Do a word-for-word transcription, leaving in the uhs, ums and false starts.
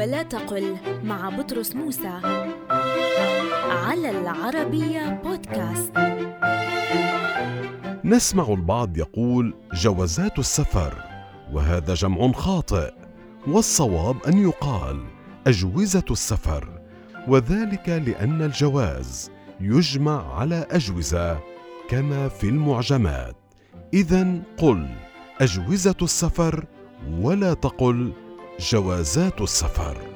ولا تقل مع بطرس موسى على العربية بودكاست. نسمع البعض يقول جوازات السفر، وهذا جمع خاطئ، والصواب أن يقال أجوزة السفر، وذلك لأن الجواز يجمع على أجوزة كما في المعجمات. إذن قل أجوزة السفر ولا تقل جوازات السفر.